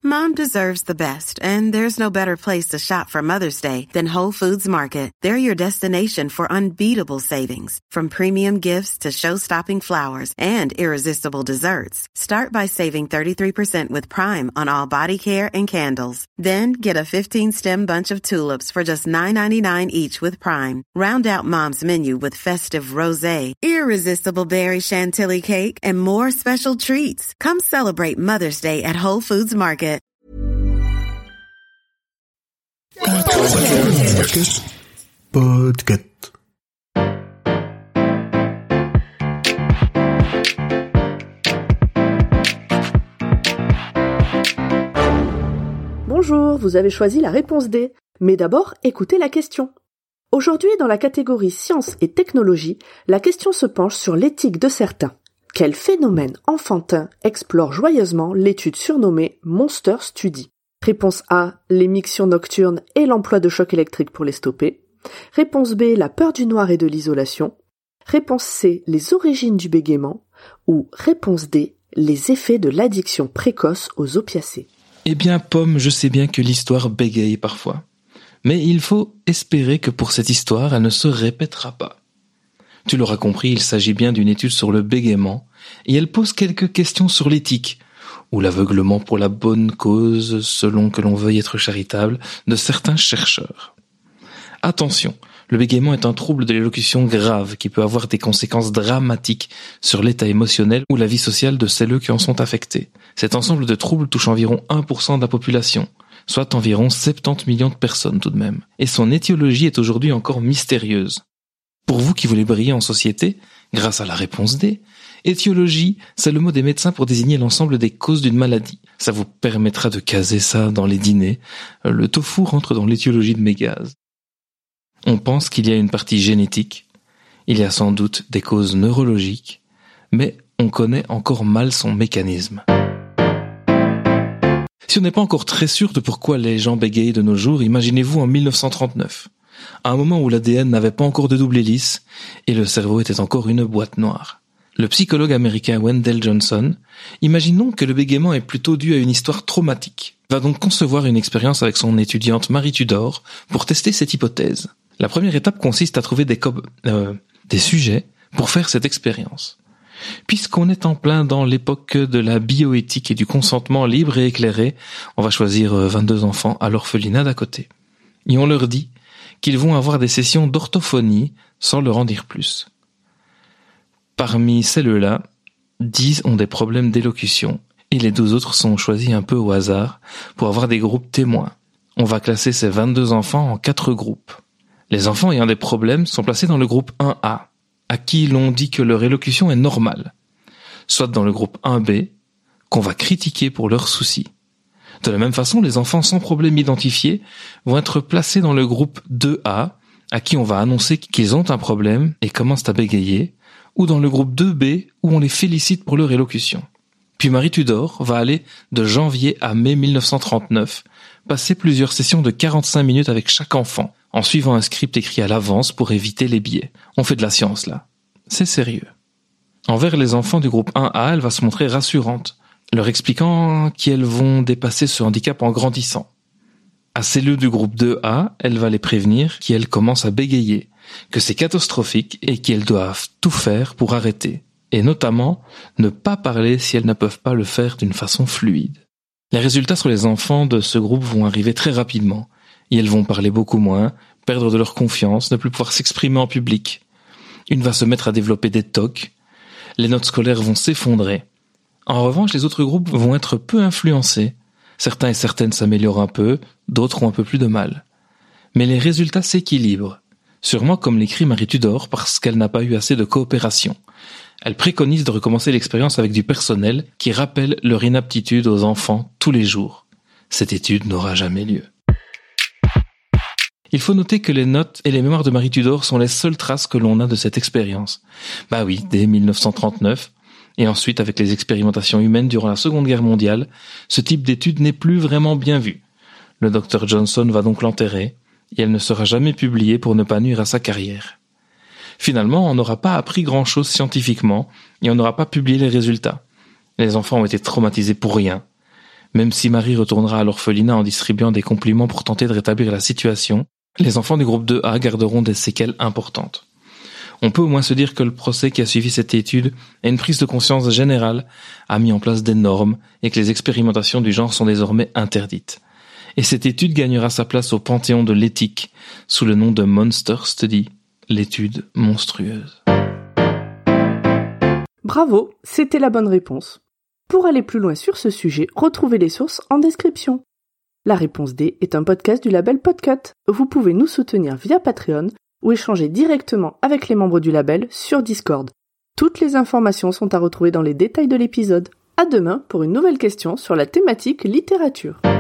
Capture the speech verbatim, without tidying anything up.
Mom deserves the best, and there's no better place to shop for Mother's Day than Whole Foods Market. They're your destination for unbeatable savings, from premium gifts to show-stopping flowers and irresistible desserts. Start by saving thirty-three percent with Prime on all body care and candles. Then get a fifteen-stem bunch of tulips for just nine ninety-nine each with Prime. Round out Mom's menu with festive rosé, irresistible berry chantilly cake, and more special treats. Come celebrate Mother's Day at Whole Foods Market. Podcast. Podcast. Bonjour, vous avez choisi la réponse D. Mais d'abord, écoutez la question. Aujourd'hui, dans la catégorie sciences et technologies, la question se penche sur l'éthique de certains. Quel phénomène enfantin explore joyeusement l'étude surnommée Monster Study? Réponse A, les mictions nocturnes et l'emploi de chocs électriques pour les stopper. Réponse B, la peur du noir et de l'isolation. Réponse C, les origines du bégaiement. Ou réponse D, les effets de l'addiction précoce aux opiacés. Eh bien, Pomme, je sais bien que l'histoire bégaye parfois. Mais il faut espérer que pour cette histoire, elle ne se répétera pas. Tu l'auras compris, il s'agit bien d'une étude sur le bégaiement, et elle pose quelques questions sur l'éthique, ou l'aveuglement pour la bonne cause, selon que l'on veuille être charitable, de certains chercheurs. Attention, le bégaiement est un trouble de l'élocution grave qui peut avoir des conséquences dramatiques sur l'état émotionnel ou la vie sociale de celles qui en sont affectées. Cet ensemble de troubles touche environ un pour cent de la population, soit environ soixante-dix millions de personnes tout de même, et son étiologie est aujourd'hui encore mystérieuse. Pour vous qui voulez briller en société, grâce à la réponse D, étiologie, c'est le mot des médecins pour désigner l'ensemble des causes d'une maladie. Ça vous permettra de caser ça dans les dîners. Le tofu rentre dans l'étiologie de Mégaz. On pense qu'il y a une partie génétique, il y a sans doute des causes neurologiques, mais on connaît encore mal son mécanisme. Si on n'est pas encore très sûr de pourquoi les gens bégayent de nos jours, imaginez-vous en mille neuf cent trente-neuf, à un moment où l'A D N n'avait pas encore de double hélice et le cerveau était encore une boîte noire. Le psychologue américain Wendell Johnson, imaginons que le bégaiement est plutôt dû à une histoire traumatique, va donc concevoir une expérience avec son étudiante Marie Tudor pour tester cette hypothèse. La première étape consiste à trouver des, co- euh, des sujets pour faire cette expérience. Puisqu'on est en plein dans l'époque de la bioéthique et du consentement libre et éclairé, on va choisir vingt-deux enfants à l'orphelinat d'à côté. Et on leur dit qu'ils vont avoir des sessions d'orthophonie sans leur en dire plus. Parmi celles-là, dix ont des problèmes d'élocution et les douze autres sont choisis un peu au hasard pour avoir des groupes témoins. On va classer ces vingt-deux enfants en quatre groupes. Les enfants ayant des problèmes sont placés dans le groupe un A, à qui l'on dit que leur élocution est normale, soit dans le groupe un B, qu'on va critiquer pour leurs soucis. De la même façon, les enfants sans problème identifiés vont être placés dans le groupe deux A, à qui on va annoncer qu'ils ont un problème et commencent à bégayer, ou dans le groupe deux B, où on les félicite pour leur élocution. Puis Marie Tudor va aller de janvier à mai mille neuf cent trente-neuf, passer plusieurs sessions de quarante-cinq minutes avec chaque enfant, en suivant un script écrit à l'avance pour éviter les biais. On fait de la science là. C'est sérieux. Envers les enfants du groupe un A, elle va se montrer rassurante, leur expliquant qu'elles vont dépasser ce handicap en grandissant. À celles du groupe deux A, elle va les prévenir qu'elles commencent à bégayer, que c'est catastrophique et qu'elles doivent tout faire pour arrêter, et notamment ne pas parler si elles ne peuvent pas le faire d'une façon fluide. Les résultats sur les enfants de ce groupe vont arriver très rapidement, et elles vont parler beaucoup moins, perdre de leur confiance, ne plus pouvoir s'exprimer en public. Une va se mettre à développer des tocs, les notes scolaires vont s'effondrer. En revanche, les autres groupes vont être peu influencés. Certains et certaines s'améliorent un peu, d'autres ont un peu plus de mal. Mais les résultats s'équilibrent. Sûrement comme l'écrit Marie Tudor, parce qu'elle n'a pas eu assez de coopération. Elle préconise de recommencer l'expérience avec du personnel qui rappelle leur inaptitude aux enfants tous les jours. Cette étude n'aura jamais lieu. Il faut noter que les notes et les mémoires de Marie Tudor sont les seules traces que l'on a de cette expérience. Bah oui, dès mille neuf cent trente-neuf, et ensuite avec les expérimentations humaines durant la Seconde Guerre mondiale, ce type d'étude n'est plus vraiment bien vu. Le docteur Johnson va donc l'enterrer, et elle ne sera jamais publiée pour ne pas nuire à sa carrière. Finalement, on n'aura pas appris grand-chose scientifiquement, et on n'aura pas publié les résultats. Les enfants ont été traumatisés pour rien. Même si Marie retournera à l'orphelinat en distribuant des compliments pour tenter de rétablir la situation, les enfants du groupe deux A garderont des séquelles importantes. On peut au moins se dire que le procès qui a suivi cette étude et une prise de conscience générale a mis en place des normes et que les expérimentations du genre sont désormais interdites. Et cette étude gagnera sa place au panthéon de l'éthique sous le nom de Monster Study, l'étude monstrueuse. Bravo, c'était la bonne réponse. Pour aller plus loin sur ce sujet, retrouvez les sources en description. La réponse D est un podcast du label Podcut. Vous pouvez nous soutenir via Patreon ou échanger directement avec les membres du label sur Discord. Toutes les informations sont à retrouver dans les détails de l'épisode. À demain pour une nouvelle question sur la thématique littérature.